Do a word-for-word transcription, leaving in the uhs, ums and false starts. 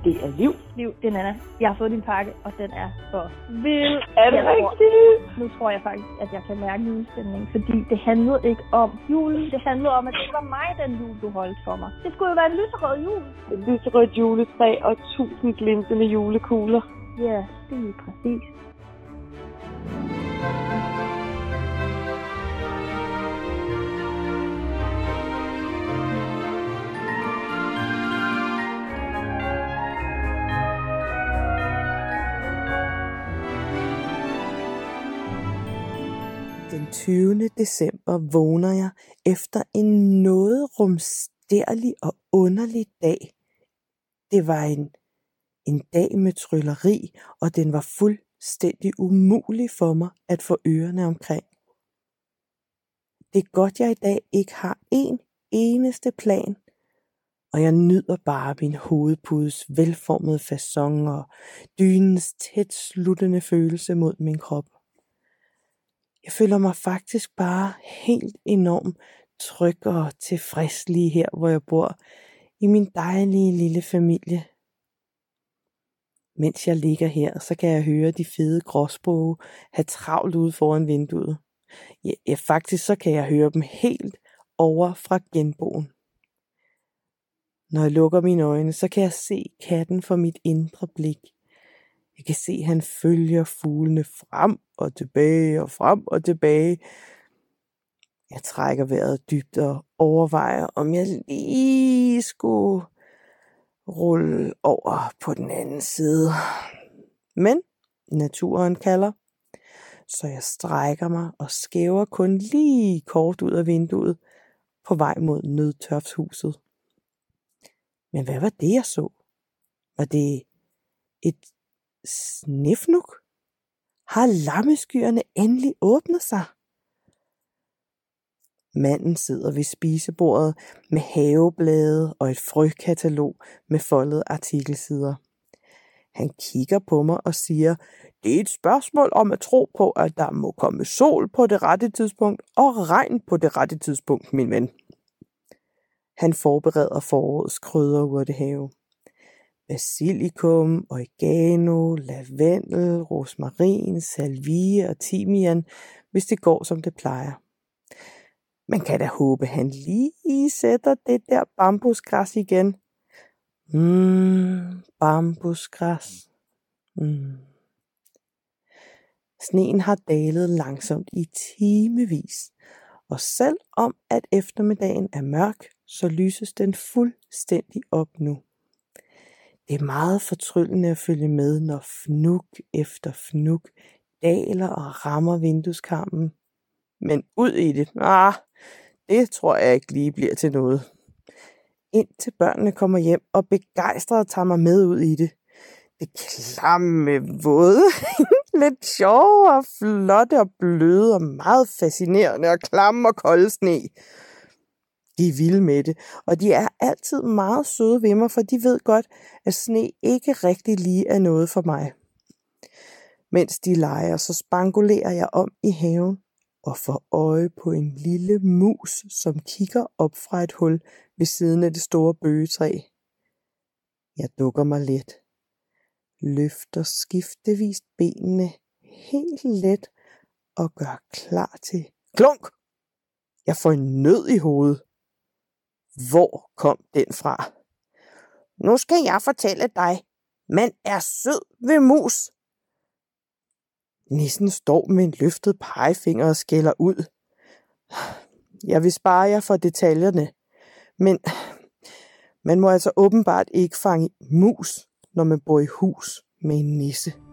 Det er Liv. Liv, det er Nana. Jeg har fået din pakke, og den er så vild. Er det jeg rigtigt? Tror, nu tror jeg faktisk, at jeg kan mærke julestemningen, fordi det handlede ikke om julen. Det handlede om, at det var mig, den jul, du holdt for mig. Det skulle jo være en lyserød jul. Et lyserødt juletræ og tusind glimtende julekugler. Ja, det er præcis. Den tyvende december vågner jeg efter en noget rumsterlig og underlig dag. Det var en, en dag med trylleri, og den var fuldstændig umulig for mig at få ørerne omkring. Det er godt, jeg i dag ikke har en eneste plan, og jeg nyder bare min hovedpudes velformede facon og dynens tæt sluttende følelse mod min krop. Jeg føler mig faktisk bare helt enormt tryg og tilfreds lige her, hvor jeg bor, i min dejlige lille familie. Mens jeg ligger her, så kan jeg høre de fede gråspurve have travlt ude foran vinduet. Ja, ja, faktisk så kan jeg høre dem helt over fra genboen. Når jeg lukker mine øjne, så kan jeg se katten for mit indre blik. Jeg kan se, at han følger fuglene frem og tilbage og frem og tilbage. Jeg trækker vejret dybt og overvejer, om jeg lige skulle rulle over på den anden side. Men naturen kalder, så jeg strækker mig og skæver kun lige kort ud af vinduet på vej mod nødtørfshuset. Men hvad var det, jeg så? Var det et snefnug? Har lammeskyerne endelig åbnet sig? Manden sidder ved spisebordet med haveblade og et frøkatalog med foldede artikelsider. Han kigger på mig og siger, det er et spørgsmål om at tro på, at der må komme sol på det rette tidspunkt og regn på det rette tidspunkt, min ven. Han forbereder forårets krydderurtehave. Basilikum, oregano, lavendel, rosmarin, salvie og timian, hvis det går som det plejer. Man kan da håbe, han lige sætter det der bambusgræs igen. Mmm, bambusgræs. Mm. Sneen har dalet langsomt i timevis, og selv om at eftermiddagen er mørk, så lyses den fuldstændig op nu. Det er meget fortryllende at følge med, når fnug efter fnug daler og rammer vindueskarmen. Men ud i det, ah, det tror jeg ikke lige bliver til noget. Indtil børnene kommer hjem og begejstret tager mig med ud i det. Det klamme, våde, lidt sjove og flotte og bløde og meget fascinerende og klamme og kolde sne. De er vilde med det, og de er altid meget søde ved mig, for de ved godt, at sne ikke rigtig lige er noget for mig. Mens de leger, så spangulerer jeg om i haven og får øje på en lille mus, som kigger op fra et hul ved siden af det store bøgetræ. Jeg dukker mig let, løfter skiftevis benene helt let og gør klar til klunk. Jeg får en nød i hovedet. Hvor kom den fra? Nu skal jeg fortælle dig, man er sød ved mus. Nissen står med en løftet pegefinger og skælder ud. Jeg vil spare jer for detaljerne, men man må altså åbenbart ikke fange mus, når man bor i hus med en nisse.